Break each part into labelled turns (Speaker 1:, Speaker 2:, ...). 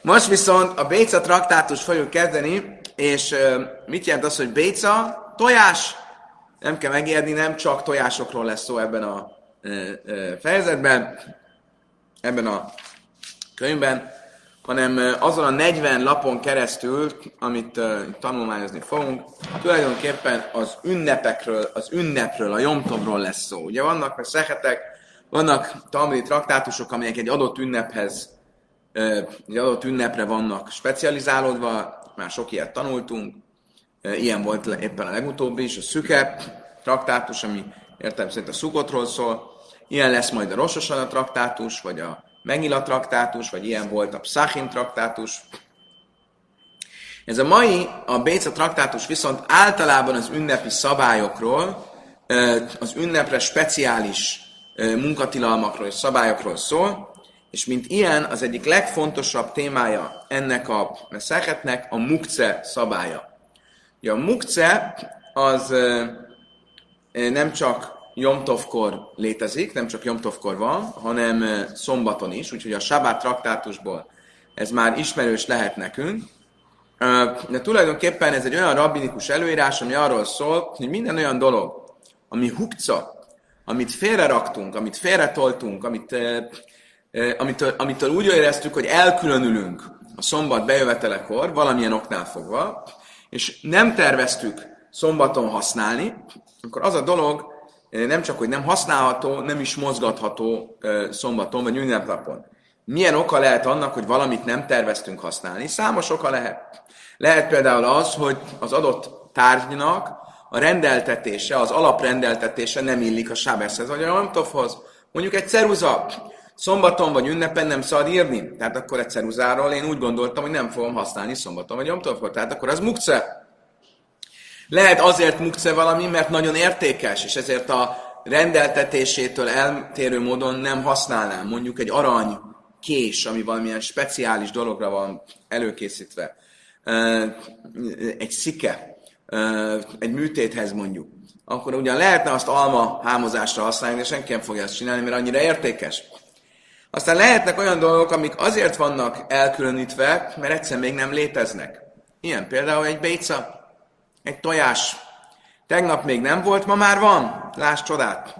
Speaker 1: Most viszont a béca traktátus fogjuk kezdeni, és mit jelent az, hogy béca? Tojás. Nem kell megijedni, nem csak tojásokról lesz szó ebben a fejezetben, ebben a könyvben, hanem azon a 40 lapon keresztül, amit tanulmányozni fogunk, tulajdonképpen az ünnepről, a Jom-Tovról lesz szó. Ugye vannak meg szechetek, vannak talmudi traktátusok, amelyek egy adott ünnepre vannak specializálódva, már sok ilyet tanultunk, ilyen volt éppen a legutóbbi is, a Szüke traktátus, ami értelemben szerint a Szukotról szól, ilyen lesz majd a Rosh Hashanah traktátus, vagy a Megila traktátus, vagy ilyen volt a Psachim traktátus. Ez a mai, a Béca traktátus viszont általában az ünnepi szabályokról, az ünnepre speciális munkatilalmakról és szabályokról szól, és mint ilyen az egyik legfontosabb témája ennek a szechetnek a mukce szabálya. Ugye a mukce az nem csak Jom-Tovkor létezik, nem csak Jom-Tovkor van, hanem szombaton is, úgyhogy a Sabát traktátusból ez már ismerős lehet nekünk. De tulajdonképpen ez egy olyan rabbinikus előírás, ami arról szól, hogy minden olyan dolog, ami hukca, amit félreraktunk, amit félretoltunk, amitől úgy éreztük, hogy elkülönülünk a szombat bejövetelekor, valamilyen oknál fogva, és nem terveztük szombaton használni, akkor az a dolog nem csak, hogy nem használható, nem is mozgatható szombaton vagy ünnepnapon. Milyen oka lehet annak, hogy valamit nem terveztünk használni? Számos oka lehet. Lehet például az, hogy az adott tárgynak a rendeltetése, az alaprendeltetése nem illik a sábeszhez vagy a Jom-Tovhoz. Mondjuk egy ceruza. Szombaton vagy ünnepen nem szabad írni. Tehát akkor egy ceruzáról én úgy gondoltam, hogy nem fogom használni szombaton vagy Jom-Tovkor. Tehát akkor az mukce. Lehet azért mukce valami, mert nagyon értékes, és ezért a rendeltetésétől eltérő módon nem használnám. Mondjuk egy arany kés, ami valamilyen speciális dologra van előkészítve. Egy szike, egy műtéthez mondjuk. Akkor ugyan lehetne azt alma hámozásra használni, de senki nem fogja ezt csinálni, mert annyira értékes. Aztán lehetnek olyan dolgok, amik azért vannak elkülönítve, mert egyszer még nem léteznek. Ilyen például egy béca, egy tojás. Tegnap még nem volt, ma már van. Lásd csodát.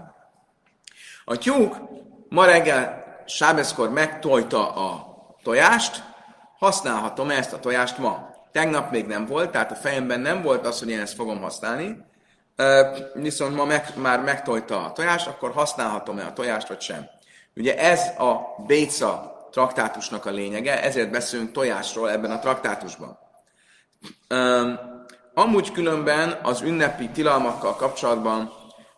Speaker 1: A tyúk ma reggel sábeszkor megtojta a tojást, használhatom ezt a tojást ma. Tegnap még nem volt, tehát a fejemben nem volt az, hogy én ezt fogom használni, viszont ma már megtojta a tojást, akkor használhatom-e a tojást, vagy sem. Ugye ez a béca traktátusnak a lényege, ezért beszélünk tojásról ebben a traktátusban. Amúgy különben az ünnepi tilalmakkal kapcsolatban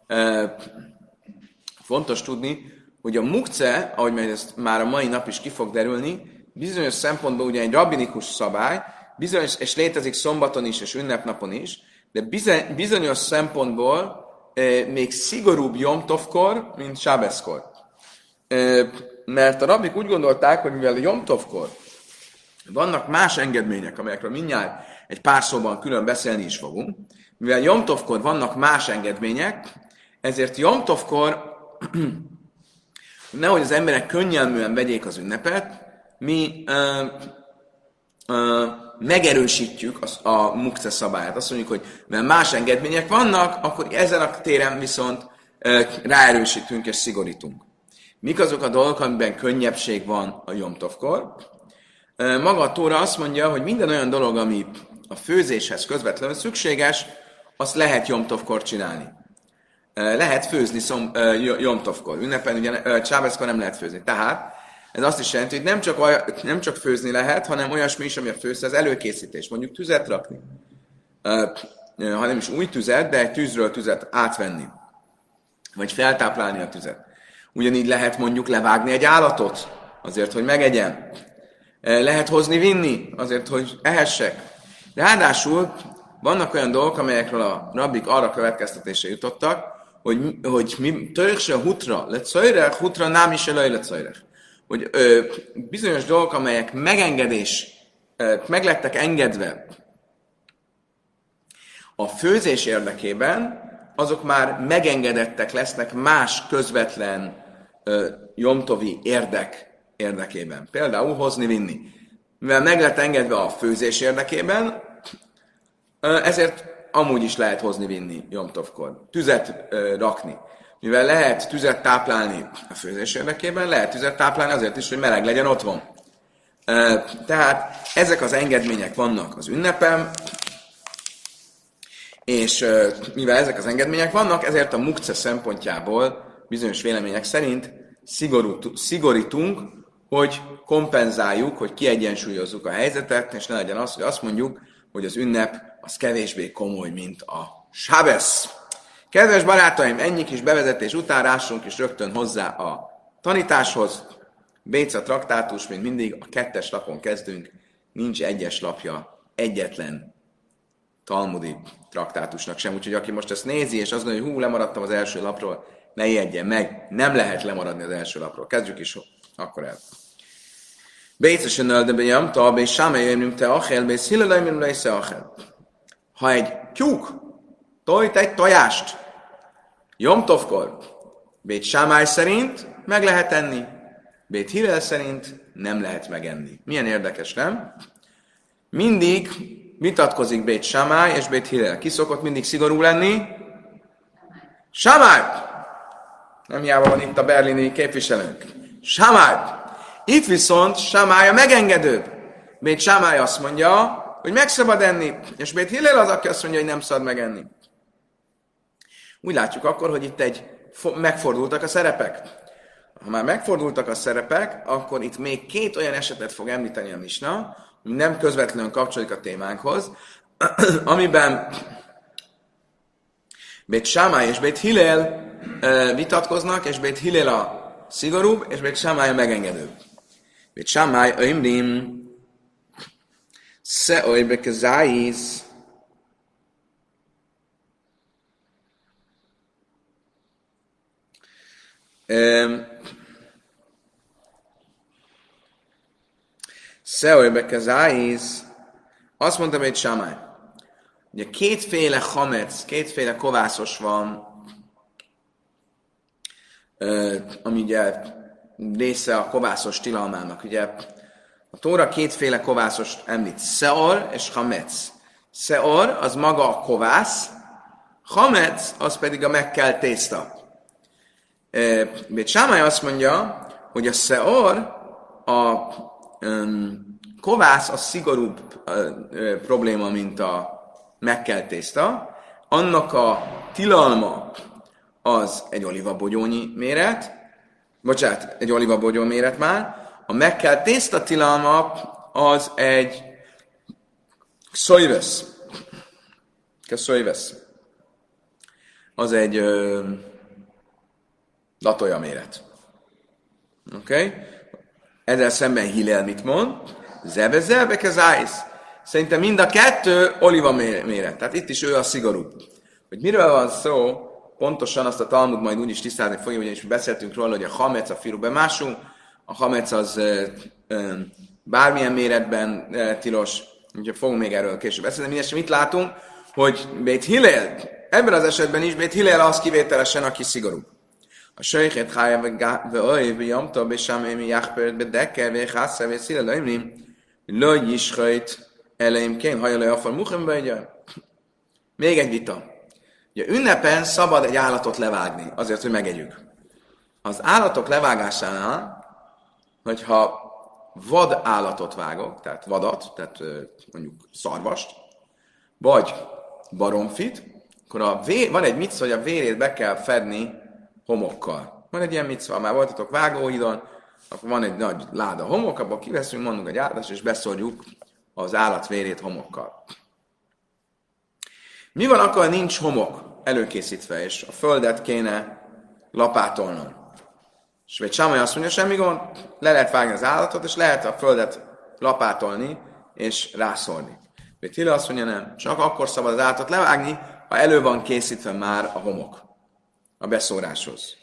Speaker 1: fontos tudni, hogy a mukce, ahogy majd ezt már a mai nap is ki fog derülni, bizonyos szempontból ugye egy rabbinikus szabály, bizonyos, és létezik szombaton is és ünnepnapon is, de bizonyos szempontból még szigorúbb Jom-Tovkor, mint sábeszkor. Mert a rabbik úgy gondolták, hogy mivel Jom-Tovkor vannak más engedmények, amelyekről mindjárt egy pár szóban külön beszélni is fogunk, mivel Jom-Tovkor vannak más engedmények, ezért Jom-Tovkor nehogy az emberek könnyelműen vegyék az ünnepet, mi megerősítjük a mukce szabályát. Azt mondjuk, hogy mivel más engedmények vannak, akkor ezen a téren viszont ráerősítünk és szigorítunk. Mik azok a dolgok, amiben könnyebbség van a Jom-Tovkor? Maga a Tóra azt mondja, hogy minden olyan dolog, ami a főzéshez közvetlenül szükséges, azt lehet Jom-Tovkor csinálni. Lehet főzni Jom-Tovkor. Ünnepen ugye sábeszkor nem lehet főzni. Tehát ez azt is jelenti, hogy nem csak főzni lehet, hanem olyasmi is, ami a főzni, az előkészítés. Mondjuk tüzet rakni. Ha nem is új tüzet, de egy tűzről tüzet átvenni. Vagy feltáplálni a tüzet. Ugyanígy lehet mondjuk levágni egy állatot, azért, hogy megegyen. Lehet hozni-vinni, azért, hogy ehessek. De ráadásul vannak olyan dolgok, amelyekről a rabbik arra következtetésre jutottak, hogy mi törökse hutra, lecajrech, hutra nem is elej lecajrech. Hogy bizonyos dolgok, amelyek meg lettek engedve a főzés érdekében, azok már megengedettek lesznek más közvetlen jomtovi érdekében. Például hozni-vinni. mivel meg lett engedve a főzés érdekében, ezért amúgy is lehet hozni-vinni Jomtovkor. Tüzet rakni. Mivel lehet tüzet táplálni a főzés érdekében, lehet tüzet táplálni azért is, hogy meleg legyen otthon. Tehát ezek az engedmények vannak az ünnepen, és mivel ezek az engedmények vannak, ezért a mukce szempontjából bizonyos vélemények szerint szigorítunk, hogy kompenzáljuk, hogy kiegyensúlyozzuk a helyzetet, és ne legyen az, hogy azt mondjuk, hogy az ünnep az kevésbé komoly, mint a sábesz. Kedves barátaim, ennyi kis bevezetés után rássunk is rögtön hozzá a tanításhoz. Béca traktátus, mint mindig, a 2. lapon kezdünk, nincs 1-es lapja egyetlen talmudi traktátusnak sem, úgyhogy aki most ezt nézi, és azt gondolja, hogy lemaradtam az első lapról, ne ijedjen meg, nem lehet lemaradni az első lapról. Kezdjük is akkor el. Bécesen öldebe jamta, és sámelyemnüm te achel, és hillelejmnüm leisze achel. Ha egy tyúk tojt egy tojást, Jomtovkor, Bét Sámály szerint meg lehet enni, Bét Hillel szerint nem lehet megenni. Milyen érdekes, nem? Mindig vitatkozik Bét Sámály és Bét Hillel. Ki szokott mindig szigorú lenni? Sámály! Nem hiába van itt a berlini képviselőnk. Sámály! Itt viszont Sámály a megengedőbb. Bét Sámály azt mondja, hogy meg szabad enni, és Bét Hillel az, aki azt mondja, hogy nem szabad megenni. Úgy látjuk akkor, hogy itt megfordultak a szerepek. Ha már megfordultak a szerepek, akkor itt még 2 olyan esetet fog említeni a misna, ami nem közvetlenül kapcsolódik a témánkhoz, amiben Bét Sámály és Bét Hillel vitatkoznak, és Bét Hillel a szigorúbb, és Bét Sámály a megengedőbb. Bét Sámály öimrim se oly bekezáiz Szeolybe kezáiz, azt mondta Bét Sámály, ugye 2 hamec, 2 kovászos van, ami ugye része a kovászos tilalmának. Ugye a Tóra 2 kovászost említ, szeor és hamec. Szeor az maga a kovász, hamec az pedig a megkelt tészta. Bét Sámály azt mondja, hogy a szeor, a kovász a szigorúbb probléma, mint a megkelt tészta. Annak a tilalma az egy olivabogyónyi méret, egy olivabogyó méret már, a megkelt tészta tilalma az egy szojvesz. Az egy latolja méret. Oké? Okay? Ezzel szemben Hillel mit mond? Zebe kezájsz. Szerintem mind a 2 oliva méret. Tehát itt is ő a szigorú. Hogy miről van szó, pontosan azt a Talmud majd úgyis tisztázni fogja, ugyanis beszéltünk róla, hogy a hamec a firu bemású, a hamec az bármilyen méretben tilos, úgyhogy fogunk még erről később beszélni. Mindenesetre mit látunk, hogy Bét Hillel, ebben az esetben is Bét Hillel az kivételesen, aki szigorú. A sejhet hája ve oly, ve jamta, be sámémi jákpert, be dekker, ve hásza, ve szíle lejmni, loj is hajt, eleimként hajolaj afar muchem. Még egy vita. Ugye ünnepen szabad egy állatot levágni, azért, hogy megegyük. Az állatok levágásánál, hogyha vad állatot vágok, tehát vadat, tehát mondjuk szarvast, vagy baromfit, akkor van egy micva, hogy a vérét be kell fedni homokkal. Van egy ilyen micva, már voltatok vágóhídon, akkor van egy nagy láda homok, abban kiveszünk, mondunk egy áldást, és beszórjuk az állat vérét homokkal. Mi van akkor, ha nincs homok előkészítve, és a földet kéne lapátolnom? És Bét Sámály azt mondja, semmi gond, le lehet vágni az állatot, és lehet a földet lapátolni, és rászórni. Bét Hillel azt mondja, nem, csak akkor szabad az állatot levágni, ha elő van készítve már a homok a beszóráshoz.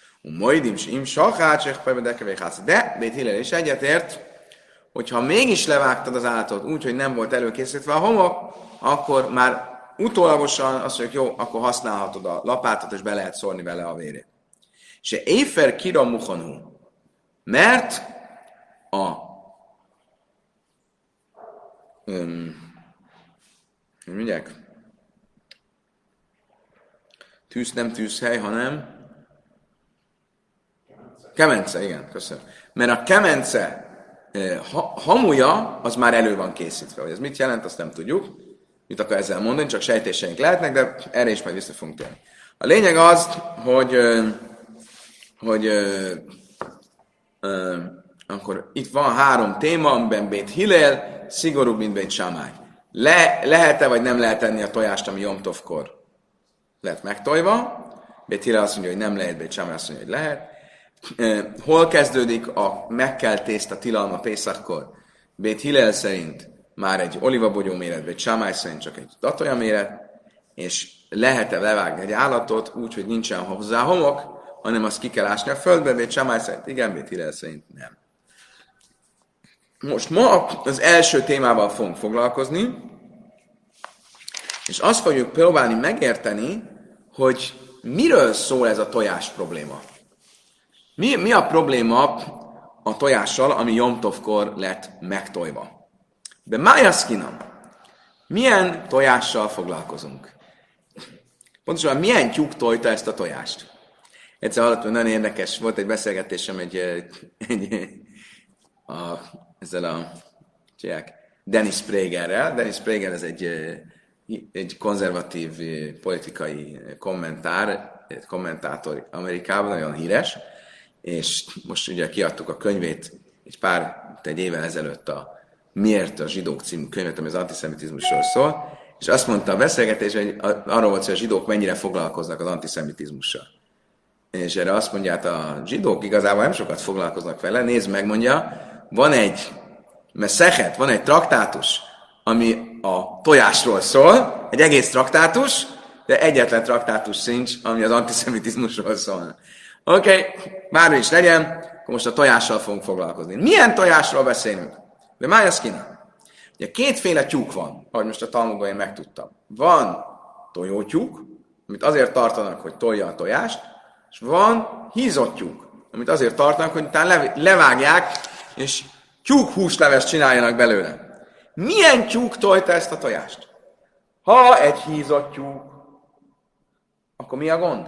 Speaker 1: De Bét Hillel is egyetért, hogyha mégis levágtad az állatot úgy, hogy nem volt előkészítve a homok, akkor már utólagosan azt mondjuk, jó, akkor használhatod a lapátot, és be lehet szórni vele a vérét. És éfer kira muhanú, mert a hogy mondják? Tűz nem tűzhely, hanem kemence, igen, köszönöm. Mert a kemence hamuja, az már elő van készítve. Hogy ez mit jelent, azt nem tudjuk. Mit akar ezzel mondani, csak sejtéseink lehetnek, de erre is majd vissza fogunk térni. A lényeg az, hogy akkor itt van 3 téma, amiben Bét Hillel szigorúbb, mint Bét Sámály. Lehet-e, vagy nem lehet enni a tojást, ami Jom Tovkor lett megtojva? Bét Hillel azt mondja, hogy nem lehet, Bét Sámály azt mondja, hogy lehet. Hol kezdődik a megkelt tészta tilalma Pészakkor? Bét Hillel szerint már egy olivabogyó méret, Bét Sámály szerint csak egy datoja méret, és lehet-e levágni egy állatot úgy, hogy nincsen hozzá homok, hanem azt ki kell ásni a földbe, Bét Sámály szerint igen, Bét Hillel szerint nem. Most ma az első témával fogunk foglalkozni, és azt fogjuk próbálni megérteni, hogy miről szól ez a tojás probléma. Mi a probléma a tojással, ami Jom Tovkor lett megtojva? De májaszkinam, milyen tojással foglalkozunk? Pontosan milyen tyúk tojta ezt a tojást? Egyszer hallottam, nagyon érdekes, volt egy beszélgetésem ezzel a Dennis Pragerrel. Dennis Prager ez egy konzervatív politikai kommentátor Amerikában, nagyon híres, és most ugye kiadtuk a könyvét egy évvel ezelőtt Miért a zsidók című könyvet, ami az antiszemitizmusról szól, és azt mondta a beszélgetés, hogy arról volt, hogy a zsidók mennyire foglalkoznak az antiszemitizmussal. És erre azt mondja, hát a zsidók igazából nem sokat foglalkoznak vele, nézd meg, mondja, van egy traktátus, ami a tojásról szól, egy egész traktátus, de egyetlen traktátus sincs, ami az antiszemitizmusról szól. Oké, bármi is legyen, akkor most a tojással fogunk foglalkozni. Milyen tojásról beszélünk? De májaszkina. Ugye 2 tyúk van, ahogy most a Talmudban én megtudtam. Van tojótyúk, amit azért tartanak, hogy tolja a tojást, és van hízott tyúk, amit azért tartanak, hogy utána levágják, és tyúkhúslevest csináljanak belőle. Milyen tyúk tojta ezt a tojást? Ha egy hízott tyúk, akkor mi a gond?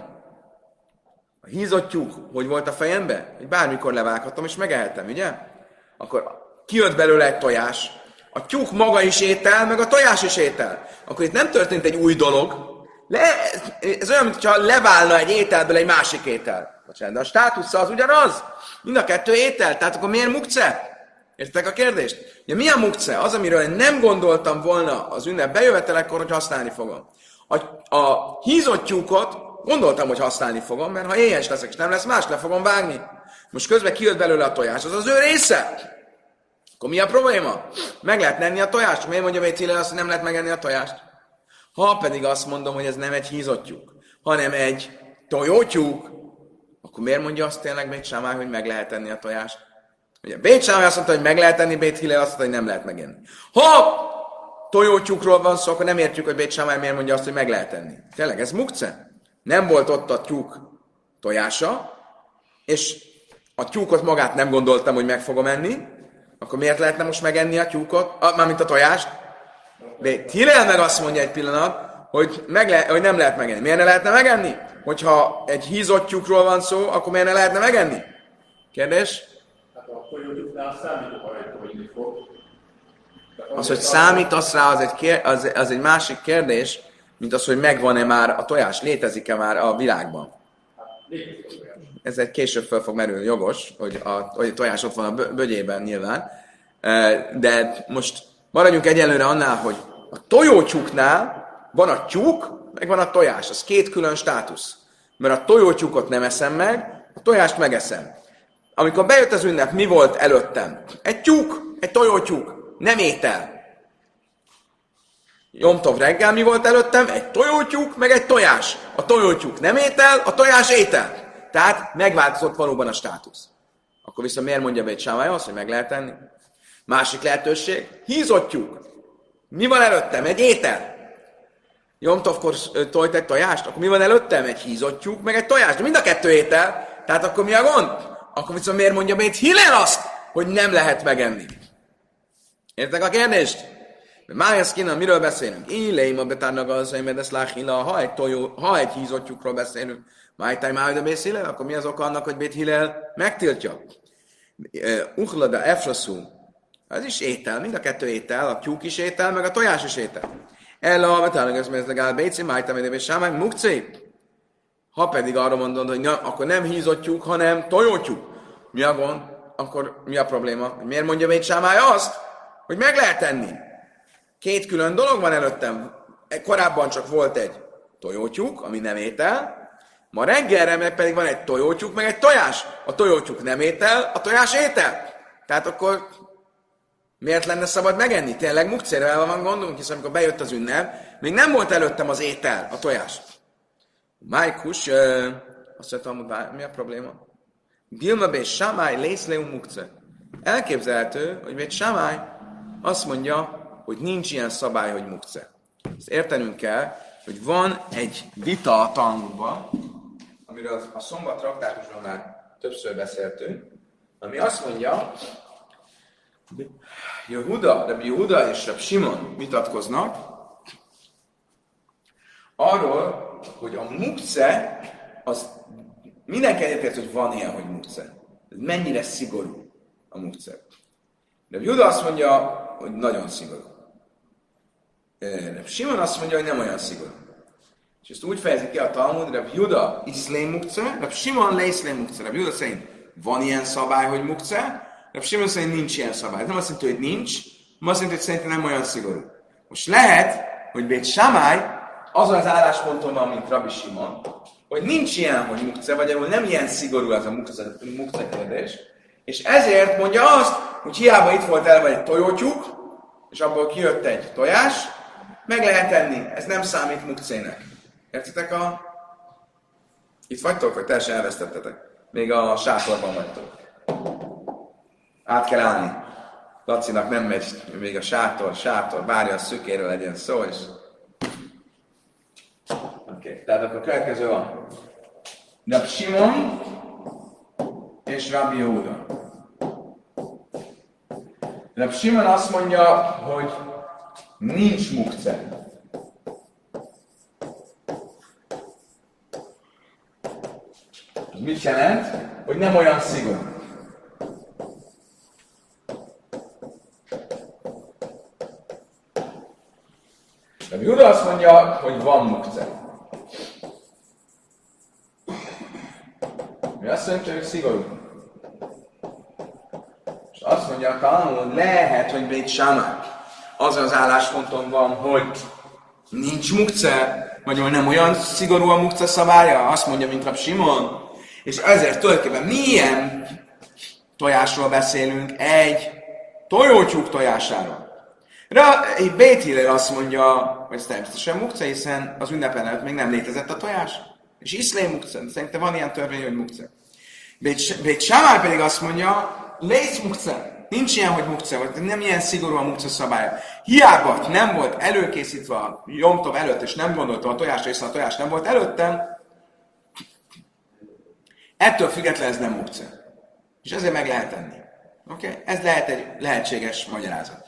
Speaker 1: A hízott tyúk, hogy volt a fejembe? Hogy bármikor levághattam, és megehettem, ugye? Akkor kijött belőle egy tojás, a tyúk maga is étel, meg a tojás is étel. Akkor itt nem történt egy új dolog. Ez olyan, mintha leválna egy ételből egy másik étel. Bocsánat, de a státusza az ugyanaz. Mind a 2 étel. Tehát akkor miért mukce? Értek a kérdést? Ugye mi a mukce? Az, amiről nem gondoltam volna az ünnep bejövetelekor, hogy használni fogom. A hízott tyúkot gondoltam, hogy használni fogom, mert ha éhes leszek, és nem lesz más, le fogom vágni. Most közben kijött belőle a tojás, az az ő része. Akkor mi a probléma? Meg lehet enni a tojást. Miért mondja Bét Hillel azt, hogy nem lehet megenni a tojást? Ha pedig azt mondom, hogy ez nem egy hízott tyúk, hanem egy tojótyúk, akkor miért mondja azt tényleg Bét Sámály, hogy meg lehet enni a tojást? Ugye Bét Sámály azt mondta, hogy meg lehet enni, Bét Hillel azt mondta, hogy nem lehet megenni. Ha tojótyúkról van szó, akkor nem értjük, hogy Bét Sámály miért mondja azt, hogy meg lehet enni. Tényleg, ez mukce? Nem volt ott a tyúk tojása, és a tyúkot magát nem gondoltam, hogy meg fogom enni, akkor miért lehetne most megenni a tyúkot, mármint a tojást? Bét Hillel meg azt mondja egy pillanat, hogy nem lehet megenni. Miért ne lehetne megenni? Hogyha egy hízott tyúkról van szó, akkor miért ne lehetne megenni? Kérdés?
Speaker 2: Hát akkor jutott számítok arra, hogy mit fog.
Speaker 1: Az, hogy számítasz rá, az egy másik kérdés, mint az, hogy megvan-e már a tojás, létezik-e már a világban. Ez egy később fel fog merülni, jogos, hogy a tojás ott van a bögyében nyilván. De most maradjunk egyelőre annál, hogy a tojótyúknál van a tyúk, meg van a tojás. Az 2 külön státusz. Mert a tojótyúkot nem eszem meg, a tojást megeszem. Amikor bejött az ünnep, mi volt előttem? Egy tyúk, egy tojótyúk, nem étel. Jom Tov reggel mi volt előttem? Egy tojótyúk, meg egy tojás. A tojótyúk nem étel, a tojás étel. Tehát megváltozott valóban a státusz. Akkor viszont miért mondja Bét Sámály azt, hogy meg lehet tenni? Másik lehetőség, hízott tyúk. Mi van előttem? Egy étel. Jom Tovkor tojt egy tojást, akkor mi van előttem? Egy hízott tyúk, meg egy tojás. De mind a 2 étel. Tehát akkor mi a gond? Akkor viszont miért mondja Bét Hillel azt, hogy nem lehet megenni? Értek a kérdést? Májasz kínál, miről beszélünk? Éleim a betárnak az, hogy ezt láhila, ha egy hízottjukról beszélünk, májtáj máj a Bész Hillel, akkor mi az oka annak, hogy Bét Hillel megtiltja? Uchlada efraszú, az is étel, mind a kettő étel, a tyúk is étel, meg a tojás is étel. Ella a betárnak az, hogy ez Béci, májtáj máj a Bész Sámány, mukcé. Ha pedig arra mondod, hogy akkor nem hízottjuk, hanem tojótyúk. Mi a gond? Akkor mi a probléma? Miért mondja Bét Sámály azt, hogy meg lehet enni? Két külön dolog van előttem. Korábban csak volt egy tojótyúk, ami nem étel, ma reggelre meg pedig van egy tojótyúk, meg egy tojás. A tojótyúk nem étel, a tojás étel. Tehát akkor miért lenne szabad megenni? Tényleg mukcérrel van gondunk, hiszen amikor bejött az ünnep, még nem volt előttem az étel, a tojás. Májkus, azt mondtam, hogy mi a probléma? Dilma Bét Sámály lészleum mukce. Elképzelhető, hogy Bét Sámály azt mondja, hogy nincs ilyen szabály, hogy mukce. Ezt értenünk kell, hogy van egy vita a Talmudban, amiről a Szombat traktátusban már többször beszéltünk, ami azt mondja, Rabbi Yehuda és Rabbi Simon vitatkoznak arról, hogy a mukce, az mindenki egyetért, hogy van ilyen, hogy mukce. Mennyire szigorú a mukce. Rabbi Yehuda azt mondja, hogy nagyon szigorú. Rabbi Simon azt mondja, hogy nem olyan szigorú. És ezt úgy fejezik ki a Talmud, Rabbi Yehuda iszlém mukce, Rabbi Simon leiszlém mukce. Rabbi Yehuda szerint van ilyen szabály, hogy mukce, Rabbi Simon szerint nincs ilyen szabály. Nem azt jelenti, hogy nincs, hanem azt jelenti, hogy szerintem nem olyan szigorú. Most lehet, hogy Bét Sámály azon az állásponton van, mint Rabbi Simon, hogy nincs ilyen, hogy mukce, vagy nem ilyen szigorú az a mukce kérdés, és ezért mondja azt, hogy hiába itt volt elve egy tojótyúk, és abból kijött egy tojás, meg lehet enni. Ez nem számít mukcének. Értitek Itt vagytok, vagy teljesen elvesztettetek? Még a sátorban vagytok. Át kell állni. Lacinak nem megy még a sátor, várja a szükéről legyen szó, és... Oké, tehát akkor a következő van. Rabbi Simon és Rabbi Yehuda. Rabbi Simon azt mondja, hogy nincs mukce. Ez mit jelent? Hogy nem olyan szigorú. Rabbi Yehuda azt mondja, hogy van mukce. Mi azt mondja, hogy szigorú. És azt mondja a Talmud, lehet, hogy Bét Sámály azon az állásponton van, hogy nincs mukce, vagy nem olyan szigorú a mukce szabálya, azt mondja, mint Rabbi Simon, és ezért tulajdonképpen milyen tojásról beszélünk? Egy tojótyúk tojásáról. Bét Hillel azt mondja, hogy ez természetesen mukce, hiszen az ünnepen előtt még nem létezett a tojás. És iszlém mukce, szerintem van ilyen törvény, hogy mukce. Bét Sámály pedig azt mondja, lész mukce. Nincs ilyen, hogy mukce, vagy nem ilyen szigorú a mukce szabálya. Hiába nem volt előkészítve a Jom Tov előtt, és nem gondoltam a tojásra, hiszen a tojás nem volt előttem, ettől függetlenül ez nem mukce. És ezért meg lehet enni. Okay? Ez lehet egy lehetséges magyarázat.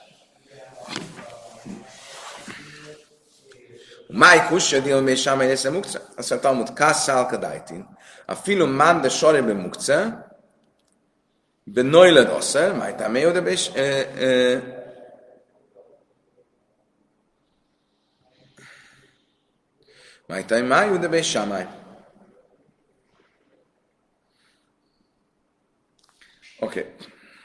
Speaker 1: Májkus, a Dilmé Sámály része mukce, azt mondja, Talmud, Kasszál Kadajtin. A filum man de sorebe mukce, benoiled oszer, májtá mélyodeb, és májtá májodeb, és Sámály. Oké.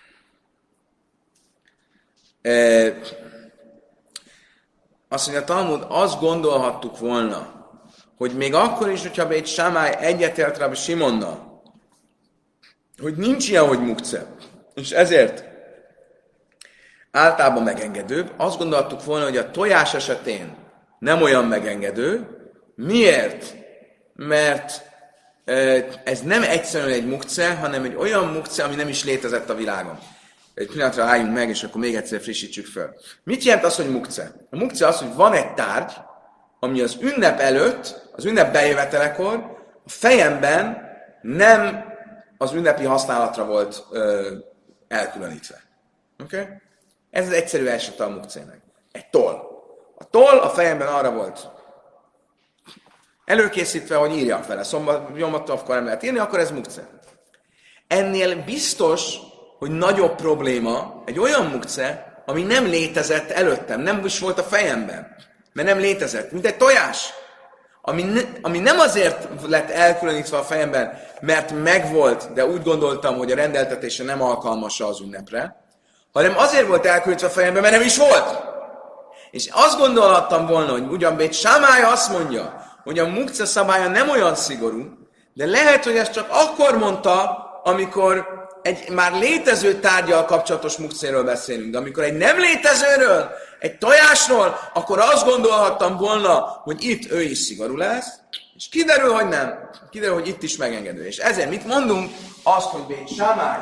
Speaker 1: Azt mondja, Talmud, azt gondolhattuk volna, hogy még akkor is, hogyha Bét Sámály egyetért Rabbi Simonnal, hogy nincs ilyen, hogy mukce, és ezért általában megengedőbb, azt gondoltuk volna, hogy a tojás esetén nem olyan megengedő. Miért? Mert ez nem egyszerűen egy mukce, hanem egy olyan mukce, ami nem is létezett a világon. Egy pillanatra álljunk meg, és akkor még egyszer frissítsük föl. Mit jelent az, hogy mukce? A mukce az, hogy van egy tárgy, ami az ünnep előtt, az ünnep bejövetelekor a fejemben nem az ünnepi használatra volt elkülönítve. Okay? Ez az egyszerű esete a mukcének. Egy toll. A toll a fejemben arra volt előkészítve, hogy írjak vele. Akkor nem lehet írni, akkor ez mukce. Ennél biztos, hogy nagyobb probléma egy olyan mukce, ami nem létezett előttem, nem is volt a fejemben, mert nem létezett, mint egy tojás, ami nem azért lett elkülönítve a fejemben, mert megvolt, de úgy gondoltam, hogy a rendeltetése nem alkalmas az ünnepre, hanem azért volt elkülönítve a fejemben, mert nem is volt. És azt gondolhattam volna, hogy ugyan Bét Sámály azt mondja, hogy a mukce szabálya nem olyan szigorú, de lehet, hogy ezt csak akkor mondta, amikor egy már létező tárgyal kapcsolatos mukcéről beszélünk. De amikor egy nem létezőről, egy tojásról, akkor azt gondolhattam volna, hogy itt ő is szigorú lesz, és kiderül, hogy nem. Kiderül, hogy itt is megengedő. És ezért mit mondunk? Azt, hogy Bét Sámály,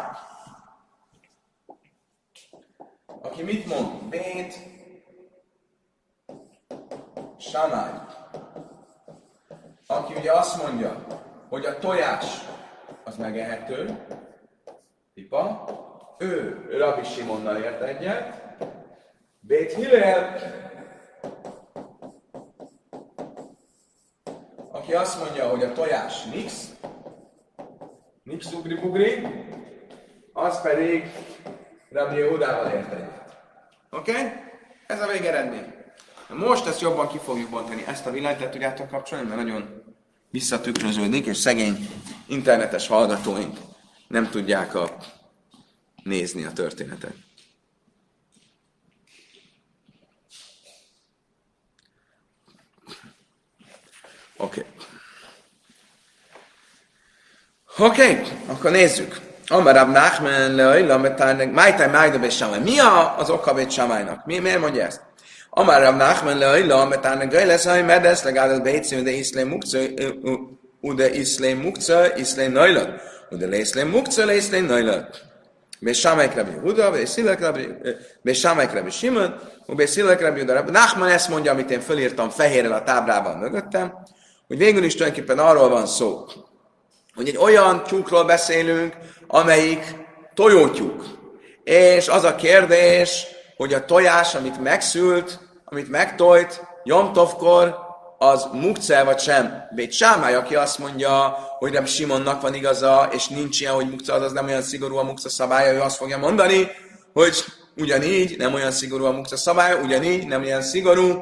Speaker 1: aki mit mond? Bét Sámály, aki ugye azt mondja, hogy a tojás az megehető, pipa, ő Rabbi Simonnal ért egyet, Bét Hillel, aki azt mondja, hogy a tojás nix ugri-bugri, az pedig Rabbi Jehudával ért egyet. Oké? Ez a végeredmény. Most ezt jobban ki fogjuk bontani. Ezt a villanyt le tudjátok kapcsolni, mert nagyon visszatükröződik, és szegény internetes hallgatóink nem tudják nézni a történetet. Oké, akkor nézzük. Amar Rav Nachman leajla metárnek, májtáj májda Bét Sámály. Mi az oka Bét Sámálynak? Miért mondja ezt? Amar Rav Nachman leajla metárnek gajlesz, hogy medesz legalább Bétszim, de iszlém mukca, ude iszlém mukca, iszlém najlad. Ude leiszlém mukca, leiszlém najlad. Bét Sámály Rabbi Yehuda, Bét Sámály Rabbi Simon, Bét Szilek Rabbi Yehuda. Nachman ezt mondja, amit én fölírtam fehérrel a táblával mögöttem, hogy végül is tulajdonképpen arról van szó, hogy egy olyan tyúkról beszélünk, amelyik tojótyúk. És az a kérdés, hogy a tojás, amit megszült, amit megtojt, Jom Tovkor, az mukce vagy sem. Bét Sámály, aki azt mondja, hogy Rabbi Simonnak van igaza, és nincs ilyen, hogy mukce, azaz nem olyan szigorú a mukce szabálya, ő azt fogja mondani, hogy ugyanígy nem olyan szigorú a mukce szabálya, ugyanígy nem olyan szigorú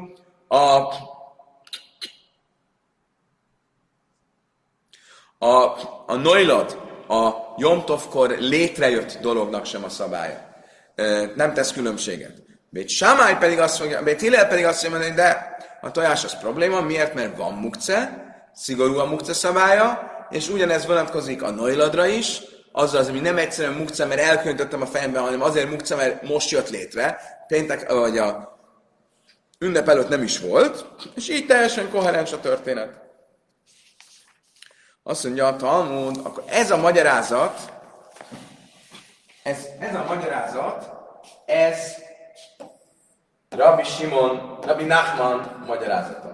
Speaker 1: a noilat, a Jom Tovkor létrejött dolognak sem a szabálya. Nem tesz különbséget. Bét Sámály pedig azt mondja, Bét Hillel pedig azt mondja, hogy de a tojás az probléma, miért? Mert van mukce, szigorú a mukce szabálya, és ugyanez vonatkozik a noiladra is, azzal, ami nem egyszerűen mukce, mert elkülönítettem a fejemben, hanem azért mukce, mert most jött létre, péntek, vagy a ünnep előtt nem is volt, és így teljesen koherens a történet. Azt mondja a Talmud, akkor ez a magyarázat, ez Rabbi Nachman magyarázata.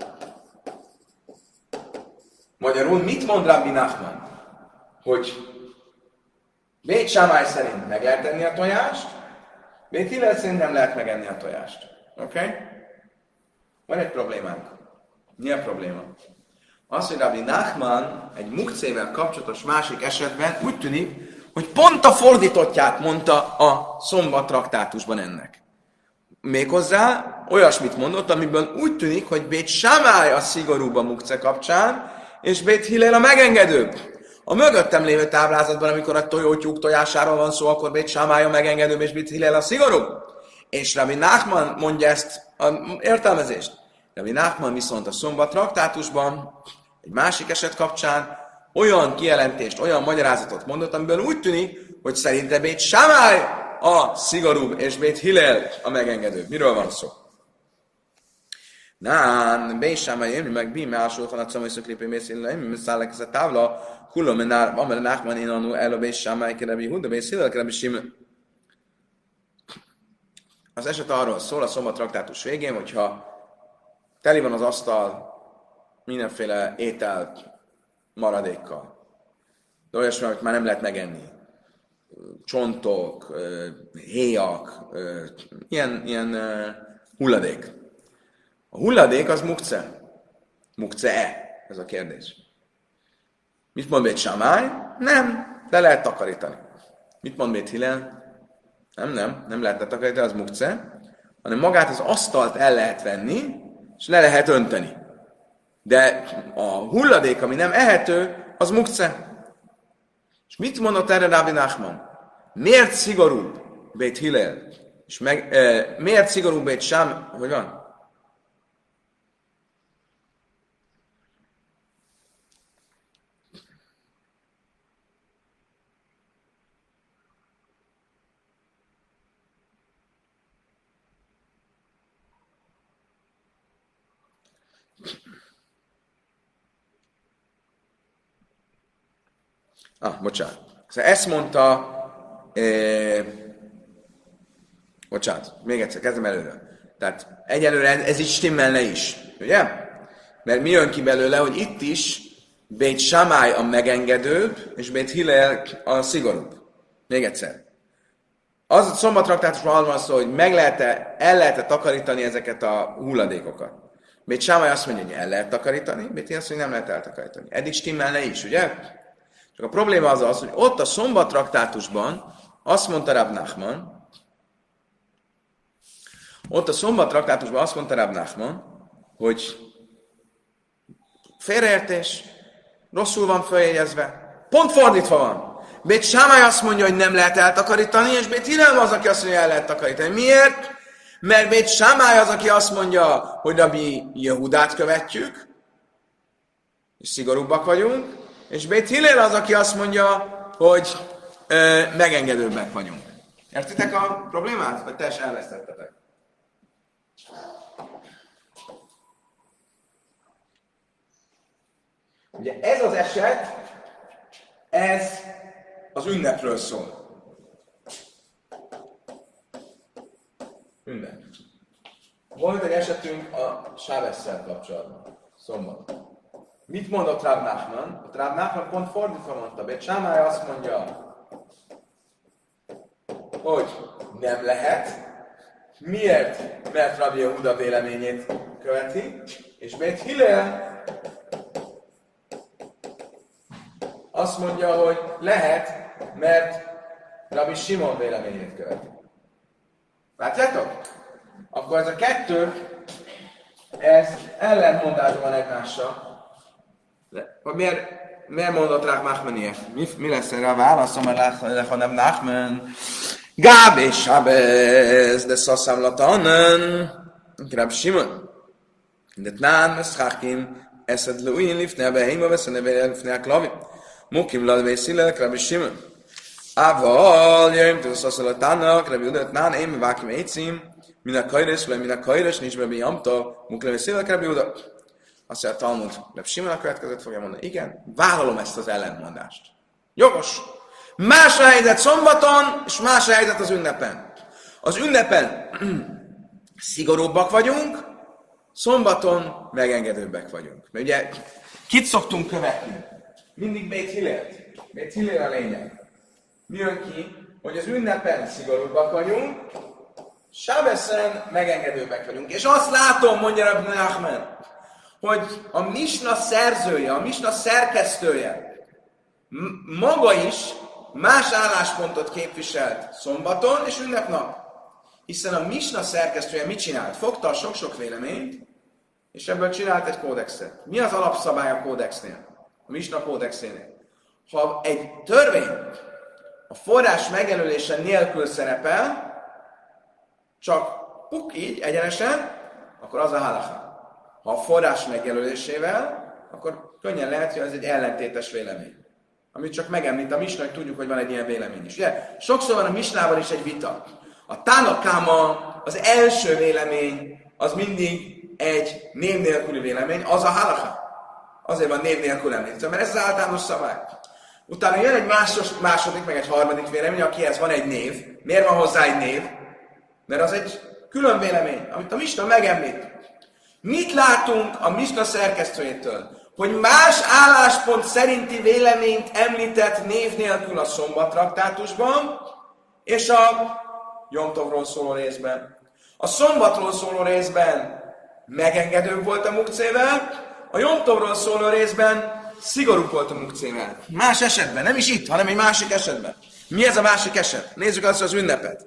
Speaker 1: Magyarul mit mond Rabbi Nachman? Hogy Bét Sámály szerint meg lehet enni a tojást, Bét Hillel szerint nem lehet megenni a tojást. Oké? Van egy problémánk. Mi a probléma? Az, hogy Rabbi Nachman egy mukcével kapcsolatos másik esetben úgy tűnik, hogy pont a fordítottját mondta a Szombat traktátusban ennek. Méghozzá olyasmit mondott, amiből úgy tűnik, hogy Bét Sámály a szigorúbb a mukce kapcsán, és Bét Hillel a megengedőbb. A mögöttem lévő táblázatban, amikor a tojótyúk tojásáról van szó, akkor Bét Sámály a megengedőbb, és Bét Hillel a szigorúbb. És Rabbi Nachman mondja ezt az értelmezést. Rabbi Nachman viszont a Szombat traktátusban egy másik eset kapcsán olyan kijelentést, olyan magyarázatot mondott, amiből úgy tűnik, hogy szerinte Bét Sámály a szigorúbb, és Bét Hillel a megengedőbb. Miről van szó? Nán, Bét Sámály, én meg bím elsultan a szomajszöklépé mészélő, én szállek ez a távla, hullom, amely Nachman én anul el a Bét Sámály, Rabbi Huda, Bét Hillel, Rabbi Simon. Az eset arról szól a Szombat traktátus végén, hogyha teli van az asztal mindenféle étel maradékkal. De olyasmi, amit már nem lehet megenni. Csontok, héjak, ilyen hulladék. A hulladék az mukce. Mukce-e? Ez a kérdés. Mit mond Bét Sámály? Nem, de lehet takarítani. Mit mond Bét Hillel? Nem lehet takarítani, az mukce, hanem magát az asztalt el lehet venni, és le lehet önteni. De a hulladék, ami nem ehető, az mukce. És mit mondott erre Rabbi Nachman? Miért szigorúbb Bét Hillel? És miért szigorúbb Bét Sámály? Hogy van? Bocsánat. Szóval ezt mondta, bocsánat, még egyszer, kezdem előre. Tehát egyelőre ez így stimmelne is, ugye? Mert mi jön ki belőle, hogy itt is Bét Sámály a megengedőbb, és Bét Hillel a szigorúbb. Még egyszer. Az a szombattraktátusban van szó, hogy el lehet takarítani ezeket a hulladékokat. Bét Sámály azt mondja, hogy el lehet takarítani, Bét Hillel azt mondja, hogy nem lehet eltakarítani. Eddig stimmelne is, ugye? Csak a probléma az, hogy ott a szombattraktátusban azt mondta Rab Nachman, hogy félreértés, rosszul van feljegyezve, pont fordítva van. Bét Sámály azt mondja, hogy nem lehet eltakarítani, és Bét Hillel az, aki azt mondja, hogy el lehet takarítani. Miért? Mert Bét Sámály az, aki azt mondja, hogy Rabbi Jehudát követjük, és szigorúbbak vagyunk, és Bét Hillel az, aki azt mondja, hogy megengedőbbek vagyunk. Értitek a problémát? Vagy teljesen elvesztettetek? Ugye ez az eset, ez az ünnepről szól. Ünnep. Volt egy esetünk a Sávesszel kapcsolatban, szombat. Mit mondott Rab Nachman? A Rab Nachman pont fordítva mondta. Bét Sámály azt mondja, hogy nem lehet. Miért? Mert Rabbi Jehuda véleményét követi. És Bét Hillel azt mondja, hogy lehet, mert Rabbi Simon véleményét követi. Látjátok? Akkor ez a kettő, ez ellentmondásban van egymással. Miért mondott Rab Nachman ilyet? Mi lesz erre a válaszom, ha nem Nachman? Gáb és Sábez, de szaszamlatanen, Rab Simon. De tnán, meschakim, eszed leuin lifne a beheima, veszene lifne a klavim. Mukim ladvé szilek, Rab Simon. Ával, jöjjön, tudod szaszalatának, Rab Juda, tnán, én vákim étszim, min a kajres, nincs be mi jamta, mukim ladvé szilek, Rab Juda. Azt mondja, a Talmud, Rab Simon a következőt fogja mondani. Igen, vállalom ezt az ellentmondást. Jogos. Más a helyzet szombaton, és más a helyzet az ünnepen. Az ünnepen szigorúbbak vagyunk, szombaton megengedőbbek vagyunk. Mert ugye kit szoktunk követni? Mindig Bét Hillelt. Bét Hillel a lényeg. Mi jön ki, hogy az ünnepen szigorúbbak vagyunk, Sábeszen megengedőbbek vagyunk. És azt látom, mondja Rabbi Nachman, hogy a misna szerzője, a misna szerkesztője maga is más álláspontot képviselt szombaton és ünnepnap. Hiszen a misna szerkesztője mit csinált? Fogta a sok-sok véleményt, és ebből csinált egy kódexet. Mi az alapszabály a kódexnél? A misna kódexénél. Ha egy törvény a forrás megjelölése nélkül szerepel, csak így egyenesen, akkor az a halacha. Ha a forrás megjelölésével, akkor könnyen lehet, hogy ez egy ellentétes vélemény. Amit csak megemlít a misna, hogy tudjuk, hogy van egy ilyen vélemény is. Ugye? Sokszor van a misnával is egy vita. A Tánakáma, az első vélemény, az mindig egy név nélküli vélemény, az a halacha. Azért van név nélkül említve, mert ez az általános szabály. Utána jön egy második, meg egy harmadik vélemény, akihez van egy név. Miért van hozzá egy név? Mert az egy külön vélemény, amit a misna megemlít. Mit látunk a misna szerkesztőjétől? Hogy más álláspont szerinti véleményt említett név nélkül a szombattraktátusban, és a Jom Tovról szóló részben. A szombatról szóló részben megengedőbb volt a mukcével, a Jom Tovról szóló részben szigorúbb volt a mukcével. Más esetben, nem is itt, hanem egy másik esetben. Mi ez a másik eset? Nézzük azt az ünnepet.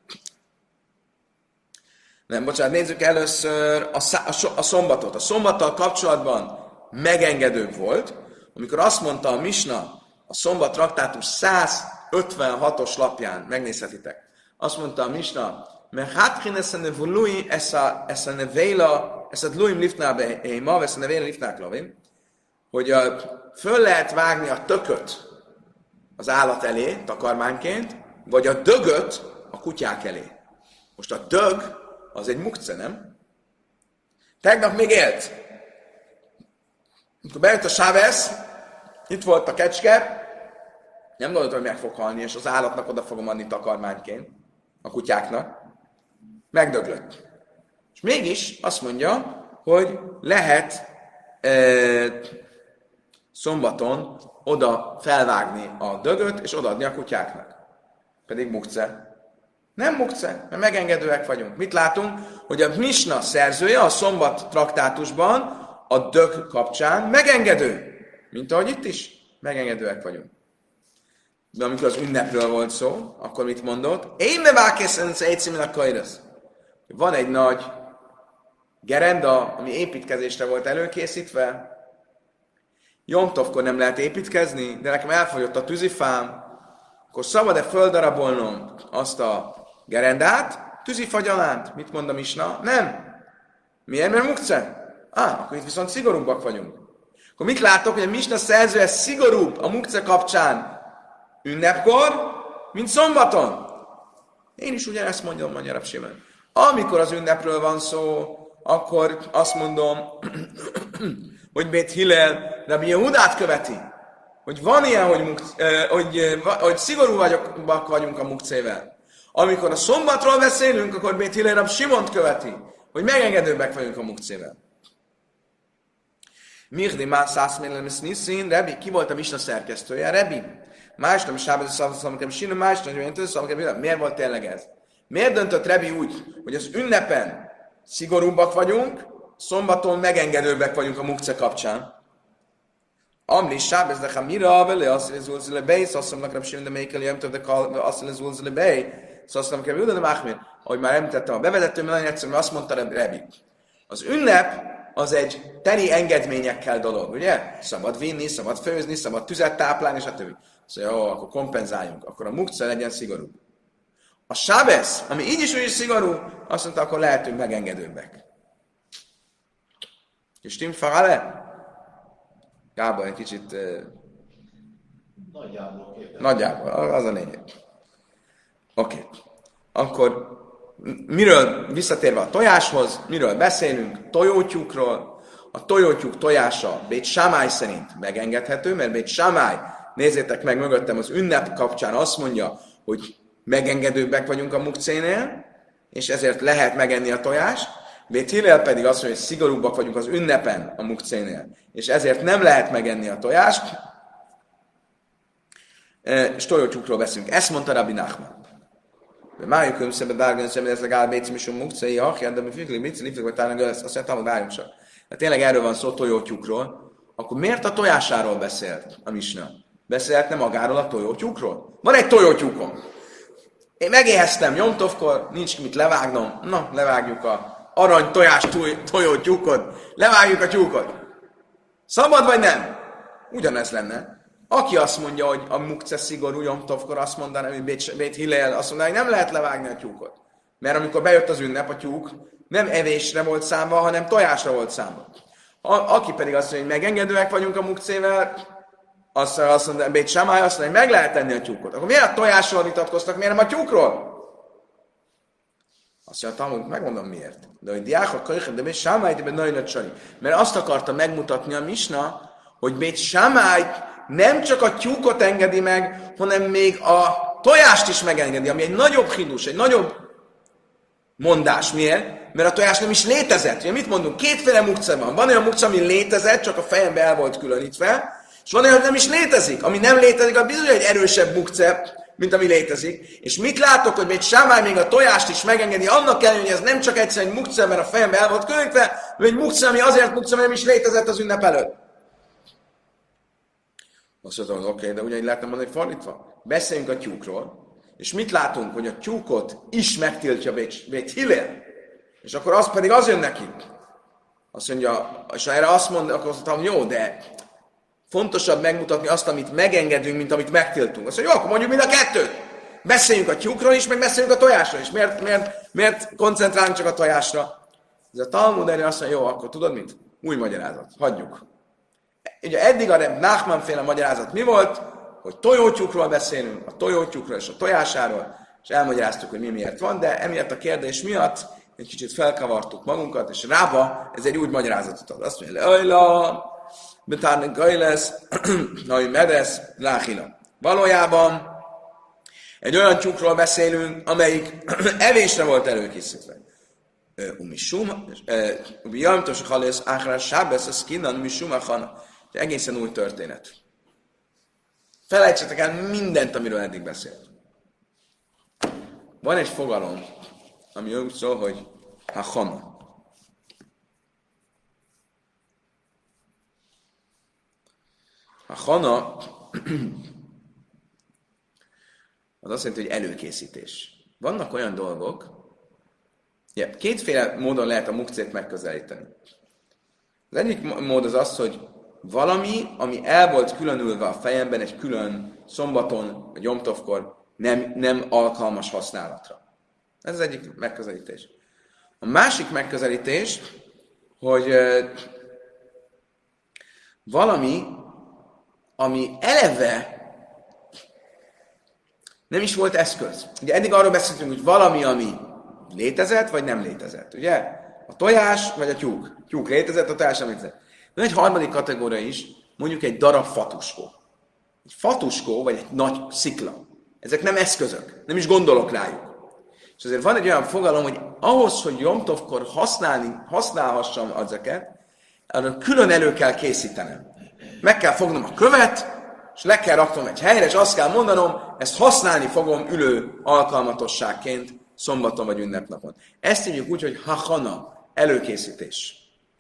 Speaker 1: Nem, bocsánat, nézzük először a szombatot. A szombattal kapcsolatban megengedőbb volt, amikor azt mondta a Misna, a szombat traktátus 156-os lapján, megnézhetitek. Azt mondta a Misna, mert hátkin eszene vului eszene véla, eszed luim liftnábe éma, eszene véla liftnák lavim, hogy föl lehet vágni a tököt az állat elé, takarmányként, vagy a dögöt a kutyák elé. Most a dög az egy mukce, nem? Tegnap még élt. Amikor bejött a sávesz, itt volt a kecske, nem gondoltam, hogy meg fog halni, és az állatnak oda fogom adni takarmányként, a kutyáknak. Megdöglött. És mégis azt mondja, hogy lehet szombaton oda felvágni a dögöt, és odaadni a kutyáknak. Pedig mukce. Nem mukce, mert megengedőek vagyunk. Mit látunk? Hogy a Misna szerzője a szombat traktátusban a dög kapcsán megengedő. Mint ahogy itt is megengedőek vagyunk. De amikor az ünnepről volt szó, akkor mit mondott? Én me vákészen szétszimen a kajrasz. Van egy nagy gerenda, ami építkezésre volt előkészítve. Jom Tovkor nem lehet építkezni, de nekem elfogyott a tűzifám, akkor szabad-e földarabolnom azt a gerendát, tűzifagyalánt? Mit mond a Misna? Nem. Miért? Mert mukce. Akkor itt viszont szigorúbbak vagyunk. Akkor mit látok, hogy a Misna szerzője szigorúbb a mukce kapcsán ünnepkor, mint szombaton? Én is ugyanezt mondom, mondja Rab Simon. Amikor az ünnepről van szó, akkor azt mondom, hogy Bét Hillel Rabbi Jehudát követi. Hogy van ilyen, hogy szigorúbbak vagyunk a mukcével. Amikor a szombatról beszélünk, akkor Bét Hillel Rab Simont követi. Hogy megengedőbbek vagyunk a mukcével. Mirdi más szászmélem Nissin, Rebi, ki volt a Misna szerkesztője? Rebi. Másnap sábez szavakem sinu, másnap szavakem. Miért volt tényleg ez? Miért döntött Rebi úgy, hogy az ünnepen szigorúbbak vagyunk, szombaton megengedőbbek vagyunk a mukce kapcsán? Amri sábez de hamira, vele asszile zulzile bej, szasszamnak Rab Simon de Mékel jömtöv de asszile zulzile bej, szasszamnak Rab Jehudá de Machmir. Ahogy már említettem a bevezetőben, nagyon egyszerűen azt mondta Rebi. Az ünnep az egy teli engedményekkel dolog, ugye? Szabad vinni, szabad főzni, szabad tüzet táplálni, stb. Szóval jó, akkor kompenzáljunk, akkor a mukce legyen szigorú. A sábesz, ami így is úgy is szigorú, azt mondta, akkor lehetünk megengedőbbek. És Tim Farale? Gábor, egy kicsit... Nagyjából, az a lényeg. Oké. Akkor miről, visszatérve a tojáshoz, miről beszélünk? Tojótyúkról. A tojótyúk tojása Bét Sámály szerint megengedhető, mert Bét Sámály, nézzétek meg mögöttem, az ünnep kapcsán azt mondja, hogy megengedőbbek vagyunk a mukcénél, és ezért lehet megenni a tojást. Bét Hillel pedig azt mondja, hogy szigorúbbak vagyunk az ünnepen a mukcénél, és ezért nem lehet megenni a tojást, és tojótyúkról beszélünk. Ezt mondta Rabbi Nachman. Májuk önszebe dárgán szemben ez legalább bécimisom mukcei, de mi fikli, mit liflik, vagy talán azt mondtam, hogy várjunk csak. Hát tényleg erről van szó, tojótyúkról. Akkor miért a tojásáról beszélt a Misna? Beszélhetne magáról a tojótyúkról? Van egy tojótyúkom. Én megéheztem Jom Tovkor, nincs mit levágnom. Na, levágjuk a arany tojás tojótyúkot. Levágjuk a tyúkot. Szabad vagy nem? Ugyanez lenne. Aki azt mondja, hogy a mukce szigorú Jom Tovkor, azt mondaná, hogy Bét Hillel azt mondaná, hogy nem lehet levágni a tyúkot. Mert amikor bejött az ünnep, a tyúk nem evésre volt számva, hanem tojásra volt számva. Aki pedig azt mondja, hogy megengedőek vagyunk a mukcével, azt mondja, Bét Sámály azt mondja, hogy meg lehet tenni a tyúkot. Akkor miért a tojásról vitatkoztak, miért nem a tyúkról? Azt mondja, hogy megmondom miért. De hogy diákok kölyhet, de Bét Sámály, de nagyon csali. Mert azt akarta megmutatni a Misna, hogy Bét Sámály nem csak a tyúkot engedi meg, hanem még a tojást is megengedi, ami egy nagyobb hidus, egy nagyobb mondás. Miért? Mert a tojás nem is létezett. Ugye mit mondunk? Kétféle mukce van. Van olyan mukce, ami létezett, csak a fejembe el volt különítve, és van olyan, hogy nem is létezik. Ami nem létezik, az bizony egy erősebb mukce, mint ami létezik. És mit látok, hogy még Sámály még a tojást is megengedi, annak ellenére, hogy ez nem csak egyszerűen egy mukce, mert a fejembe el volt könyvve, vagy egy mukce, ami azért mukce, mert nem is létezett az ünnep előtt. Azt mondtam, hogy oké, de ugyanígy lehetne mondani fordítva. Beszéljünk a tyúkról, és mit látunk, hogy a tyúkot is megtiltja Bét Hillel, és akkor az pedig az jön neki. Azt mondja, és erre azt mondom, akkor azt mondtam, jó, de fontosabb megmutatni azt, amit megengedünk, mint amit megtiltunk. Azt mondja, jó, akkor mondjuk mind a kettőt. Beszéljünk a tyúkról is, meg beszéljünk a tojásról is. Miért koncentrálunk csak a tojásra? Ez a Talmud erre azt mondja, jó, akkor tudod mit? Új magyarázat. Hagyjuk. Ugye eddig a Reb Nachman féle magyarázat mi volt? Hogy tojótyúkról beszélünk, a tojótyúkról és a tojásáról, és elmagyaráztuk, hogy mi miért van, de emiatt a kérdés miatt egy kicsit felkavartuk magunkat, és Rába ez egy úgy magyarázatot ad. Azt mondja, Lejla, Betárne Gajlesz, Nai Medesz, Láhila. Valójában egy olyan tyúkról beszélünk, amelyik evésre volt előkészítve. Ujjamtos halész, áhrás sábesz, az kinan, misumachana. Egészen új történet. Felejtsetek el mindent, amiről eddig beszélt. Van egy fogalom, ami úgy szól, hogy hachana. Hachana az azt jelenti, hogy előkészítés. Vannak olyan dolgok, kétféle módon lehet a mukcét megközelíteni. Az egyik mód az az, hogy valami, ami el volt különülve a fejemben egy külön szombaton, vagy Jomtovkor nem alkalmas használatra. Ez az egyik megközelítés. A másik megközelítés, hogy valami, ami eleve nem is volt eszköz. Ugye eddig arról beszéltünk, hogy valami, ami létezett, vagy nem létezett. Ugye? A tojás, vagy a tyúk. A tyúk létezett, a tojás nem létezett. Van egy harmadik kategória is, mondjuk egy darab fatuskó. Egy fatuskó, vagy egy nagy szikla. Ezek nem eszközök, nem is gondolok rájuk. És azért van egy olyan fogalom, hogy ahhoz, hogy Jomtovkor használhassam ezeket, arra külön elő kell készítenem. Meg kell fognom a követ, és le kell raknom egy helyre, és azt kell mondanom, ezt használni fogom ülő alkalmatosságként szombaton vagy ünnepnapon. Ezt hívjuk úgy, hogy hachana, előkészítés.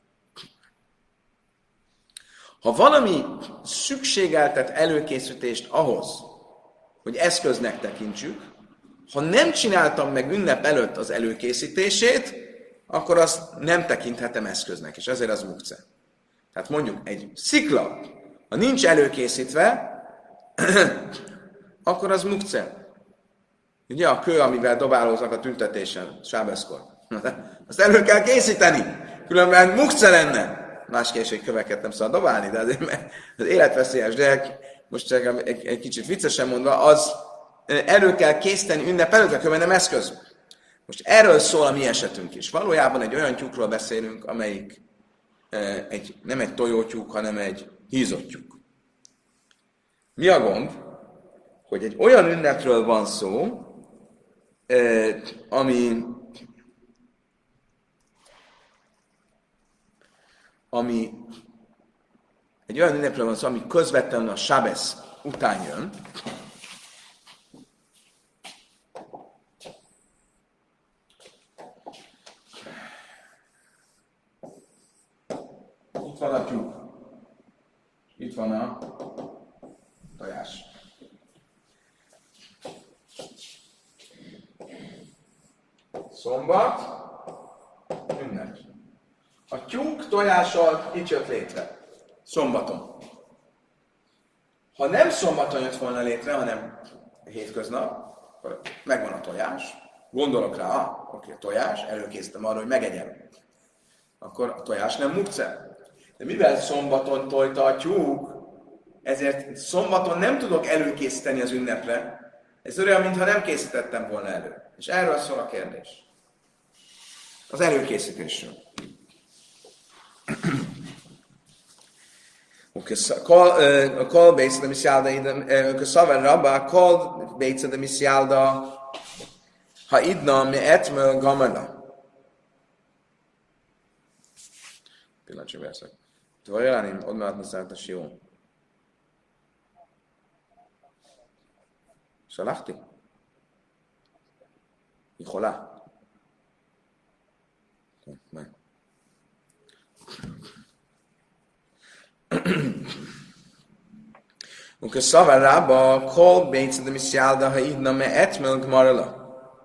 Speaker 1: Ha valami szükségeltet előkészítést ahhoz, hogy eszköznek tekintsük, ha nem csináltam meg ünnep előtt az előkészítését, akkor azt nem tekinthetem eszköznek, és ezért az mukce. Tehát mondjuk egy szikla, ha nincs előkészítve, akkor az mukce. Ugye a kő, amivel dobálóznak a tüntetésen, sábeszkor. Azt elő kell készíteni, különben mukce lenne. Más később köveket nem szabad dobálni, de azért az életveszélyes, de most csak egy kicsit viccesen mondva, az elő kell készíteni ünnep előtt, különben nem eszköz. Most erről szól a mi esetünk is. Valójában egy olyan tyúkról beszélünk, amelyik nem egy tojótyúk, hanem egy hízott tyúk. Mi a gond? Hogy egy olyan ünnepről van szó, ami egy olyan ünnepről van szó, ami közvetlenül a sábesz után jön. Itt van a tyúk. Itt van a tojás. Szombat, ünnep. A tyúk tojással itt jött létre. Szombaton. Ha nem szombaton jött volna létre, hanem hétköznap, akkor megvan a tojás. Gondolok rá, oké, a tojás, előkészítem arra, hogy megegyem. Akkor a tojás nem mukce. De mivel szombaton tojta a tyúk, ezért szombaton nem tudok előkészíteni az ünnepre. Ez olyan, mintha nem készítettem volna elő. És erről szól a kérdés. Az előkészítésről. Kol Beitza de Misjálda, Köszaver Rabba, Kol Beitza de Misjálda, ha idna me etmel gamela. Pillancsuk veszek. Tvajanim, ott mellett szállt a sió. Salachti? Ikolá? Meg. Ukeszavar rába, kol béced, ami szjálda, ha idna me etmelg marala.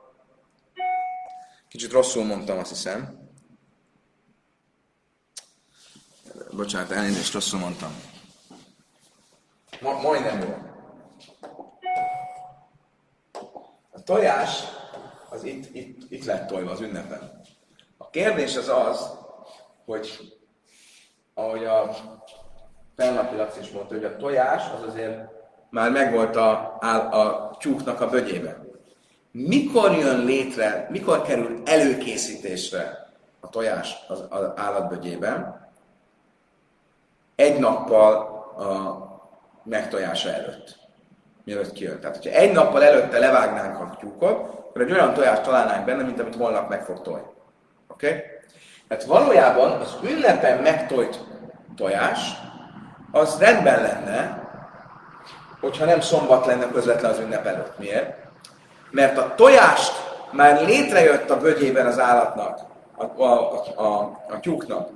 Speaker 1: Kicsit rosszul mondtam, azt hiszem. Bocsánat, elnézést, rosszul mondtam. Majdnem jó. A tojás az itt lett tojva az ünnepen. A kérdés az, hogy ahogy a Felnapi Laci is mondta, hogy a tojás az azért már megvolt a tyúknak a bögyében. Mikor jön létre, mikor kerül előkészítésre a tojás az állatbögyében? Egy nappal a megtojása előtt. Mielőtt kijön. Tehát, hogyha egy nappal előtte levágnánk a tyúkot, akkor egy olyan tojást találnánk benne, mint amit holnap meg fog tojni. Oké? Okay? Tehát valójában az ünnepen megtojt tojás, az rendben lenne, hogyha nem szombat lenne közvetlen az ünnep előtt. Miért? Mert a tojást már létrejött a bögyében az állatnak, a tyúknak,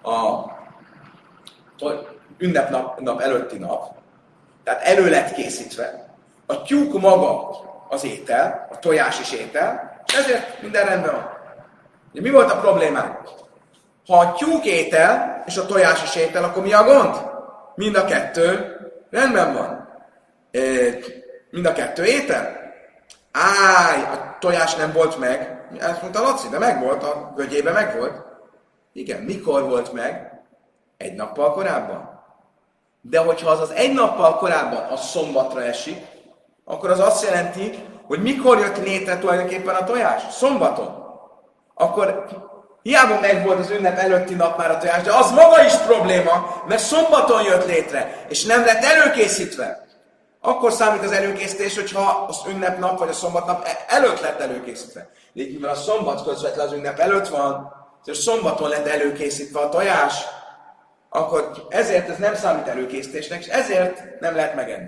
Speaker 1: ünnepnap előtti nap, tehát elő lett készítve. A tyúk maga az étel, a tojás is étel, és ezért minden rendben van. Ugye, mi volt a problémánk? Ha a tyúk étel, és a tojás is étel, akkor mi a gond? Mind a kettő rendben van. Mind a kettő étel? A tojás nem volt meg. Ezt mondta Laci, de megvolt, a bögyében megvolt. Igen, mikor volt meg? Egy nappal korábban. De hogyha az egy nappal korábban a szombatra esik, akkor az azt jelenti, hogy mikor jött létre tulajdonképpen a tojás? Szombaton. Akkor hiába megvolt az ünnep előtti nap már a tojás, de az maga is probléma, mert szombaton jött létre, és nem lett előkészítve. Akkor számít az előkészítés, hogyha az ünnepnap vagy a szombatnap előtt lett előkészítve. De mivel a szombat közvetlen az ünnep előtt van, és szombaton lett előkészítve a tojás, akkor ezért ez nem számít előkészítésnek, és ezért nem lehet megenni.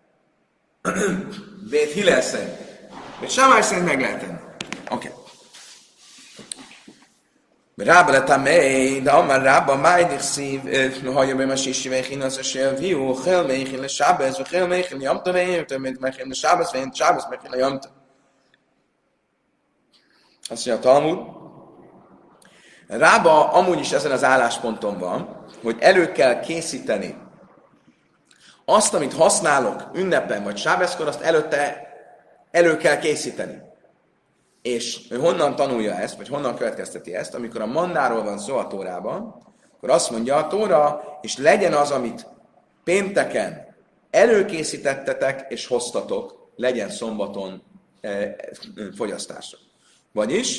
Speaker 1: Bét Hillel szerint. Bét Sámály szerint meg lehet enni. Oké. Rába letamei, de amár rába májdik szív, hajja be masisi vejhin az esél viú, hél mejhin le sábez, vagy hél mejhin le jamta vejhin, vagy mejhin le sábez, vagy sábez mejhin le jamta. Azt mondja a Talmud. Rába amúgy is ezen az állásponton van, hogy elő kell készíteni azt, amit használok ünnepen vagy sábeszkor, azt előtte elő kell készíteni. És ő honnan tanulja ezt, vagy honnan következteti ezt, amikor a mannáról van szó a Tórában, akkor azt mondja a Tóra, és legyen az, amit pénteken előkészítettetek és hoztatok, legyen szombaton fogyasztásra. Vagyis,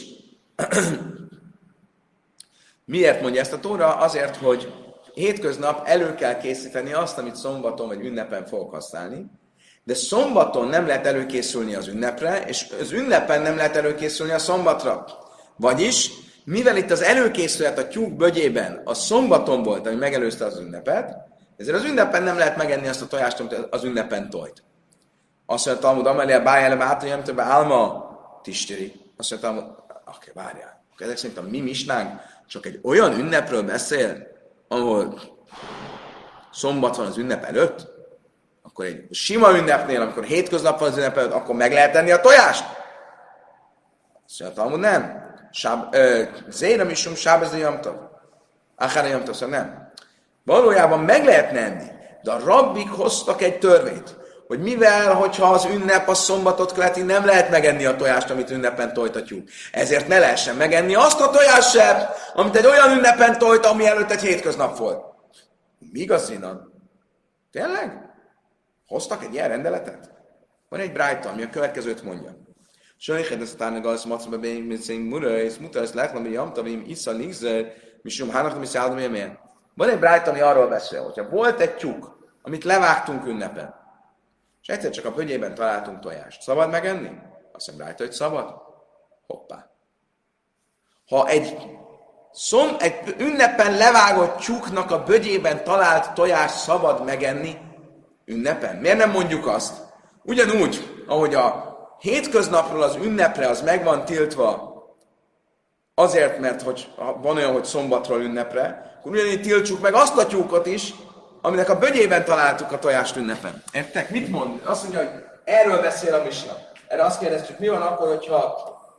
Speaker 1: miért mondja ezt a Tóra? Azért, hogy hétköznap elő kell készíteni azt, amit szombaton vagy ünnepen fogok használni, de szombaton nem lehet előkészülni az ünnepre, és az ünnepen nem lehet előkészülni a szombatra. Vagyis, mivel itt az előkészület a tyúk bögyében a szombaton volt, ami megelőzte az ünnepet, ezért az ünnepen nem lehet megenni azt a tojást, amit az ünnepen tojt. Azt mondja, Talmud Amelia bájjel bátolja, amit többen álma tistiri. Azt mondja, Talmud, oké, várjál. Ezek szerint a mi misnánk csak egy olyan ünnepről beszél, ahol szombat van az ünnep előtt, akkor egy sima ünnepnél, amikor hétköznap van az ünnep előtt, akkor meg lehet enni a tojást? Azt mondja, Talmud nem. Zéra misum sábezde jamtav. Achára jamtav, szóval nem. Valójában meg lehetne enni, de a rabbik hoztak egy törvényt, hogy mivel, hogyha az ünnep a szombatot követi, nem lehet megenni a tojást, amit ünnepen tojtatjuk. Ezért ne lehessen megenni azt a tojást sem, amit egy olyan ünnepen tojt, ami előtt egy hétköznap volt. Mi igaz innen? Tényleg? Hoztak egy ilyen rendeletet? Van egy brájta, ami a következőt mondja. Sajnálj, ezt a tárnak az macba beingmészénk mura, és mutasd látlan, hogy jamtavim isza nigzer, misum hának, mi szállom élmén. Van egy brájta, ami arról beszél, hogyha volt egy tyúk, amit levágtunk ünnepen, és egyszer csak a bögyében találtunk tojást. Szabad megenni? Azt mondom rajta, hogy szabad. Hoppá. Ha egy ünnepen levágott tyúknak a bögyében talált tojást szabad megenni ünnepen, miért nem mondjuk azt, Ugyanúgy, ahogy a hétköznapról az ünnepre az meg van tiltva azért, mert hogy van olyan, hogy szombatról ünnepre, akkor ugyanígy tiltsuk meg azt a tyúkot is, aminek a bögyében találtuk a tojást ünnepen. Értek? Mit mond? Azt mondja, hogy erről beszél a misna. Erre azt kérdeztük, mi van akkor, hogyha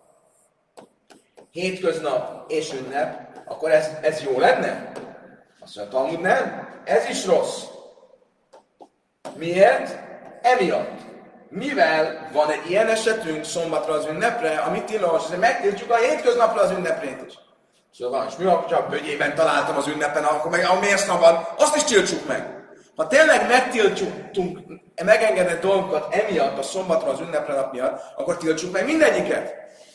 Speaker 1: hétköznap és ünnep, akkor ez jó lenne? Azt mondja, Talmud nem. Ez is rossz. Miért? Emiatt. Mivel van egy ilyen esetünk szombatra az ünnepre, amit tilos, hogy megtiltjuk a hétköznapra az ünnepét is. Szóval van, és mi van, hogyha a bögyében találtam az ünnepen, akkor meg a mésznapban, azt is tiltsuk meg. Ha tényleg megtiltjuk megengedett dolgokat emiatt a szombatra az ünnepre nap miatt, akkor tiltsuk meg mindegyiket.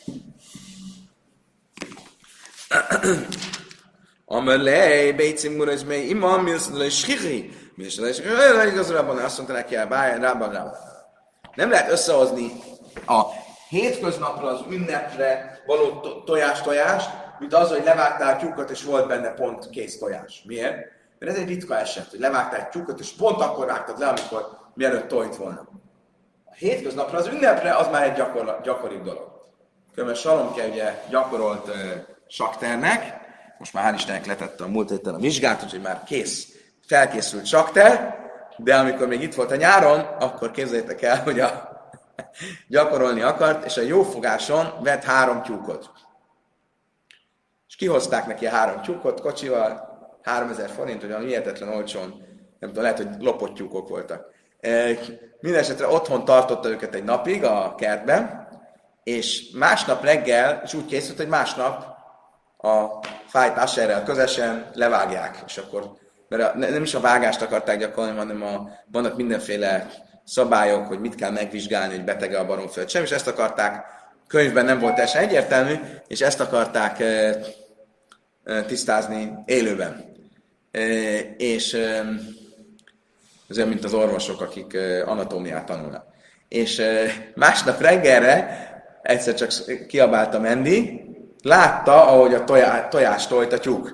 Speaker 1: Amelé, Bécim Muraz mely imam, Milszadalai Schichi, Milszadalai igazolában azt mondta neki, rában. Nem lehet összehozni a hétköznapra az ünnepre való tojást, mint az, hogy levágtál tyúkot, és volt benne pont kész tojás. Miért? Mert ez egy ritka eset, hogy levágtál tyúkot, és pont akkor vágtad le, amikor mielőtt tojt volna. A hétköznapra az ünnepre az már egy gyakoribb dolog. Különben Salomke ugye gyakorolt sakternek, most már hál' Istennek letette a múlt héten a vizsgát, úgyhogy már felkészült sakter, de amikor még itt volt a nyáron, akkor képzeljétek el, hogy gyakorolni akart, és a jófogáson vett 3 tyúkot. És kihozták neki a 3 tyúkot kocsival, 3000 forint, olyan hihetetlen olcsón, nem tudom, lehet, hogy lopott tyúkok voltak. Mindenesetre otthon tartotta őket egy napig a kertben, és másnap reggel, és úgy készült, hogy másnap a fájt asherrel közösen levágják, és akkor, mert nem is a vágást akarták gyakorolni, hanem vannak mindenféle szabályok, hogy mit kell megvizsgálni, hogy betege a baromföld sem, és ezt akarták, könyvben nem volt teljesen egyértelmű, és ezt akarták tisztázni élőben. És ez olyan, mint az orvosok, akik anatómiát tanulnak. És másnap reggelre egyszer csak kiabálta Mendi, látta, ahogy a tojást tolt a tyúk.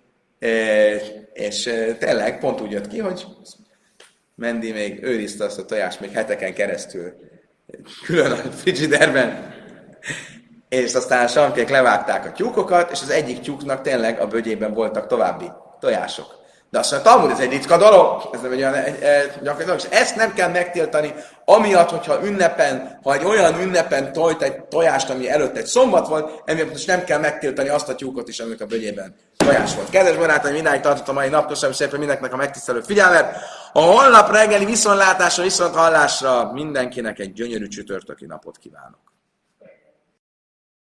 Speaker 1: És tényleg pont úgy jött ki, hogy Mendi még őrizte azt a tojást még heteken keresztül külön a frigiderben. És aztán a Salomkék levágták a tyúkokat, és az egyik tyúknak tényleg a bögyében voltak további tojások. De azt mondja, Talmud, ez egy ritka dolog, ez nem egy olyan gyakori dolog, és ezt nem kell megtiltani, amiatt, hogyha ünnepen, ha egy olyan ünnepen tojt egy tojást, ami előtt egy szombat volt, emiatt most nem kell megtiltani azt a tyúkot is, aminek a bögyében tojás volt. Kedves barátaim, mindenki tartott a mai nap, köszönöm szépen mindenkinek a megtisztelő figyelmet. A holnap reggeli viszontlátásra, viszonthallásra mindenkinek egy gyönyörű csütörtöki napot kívánok.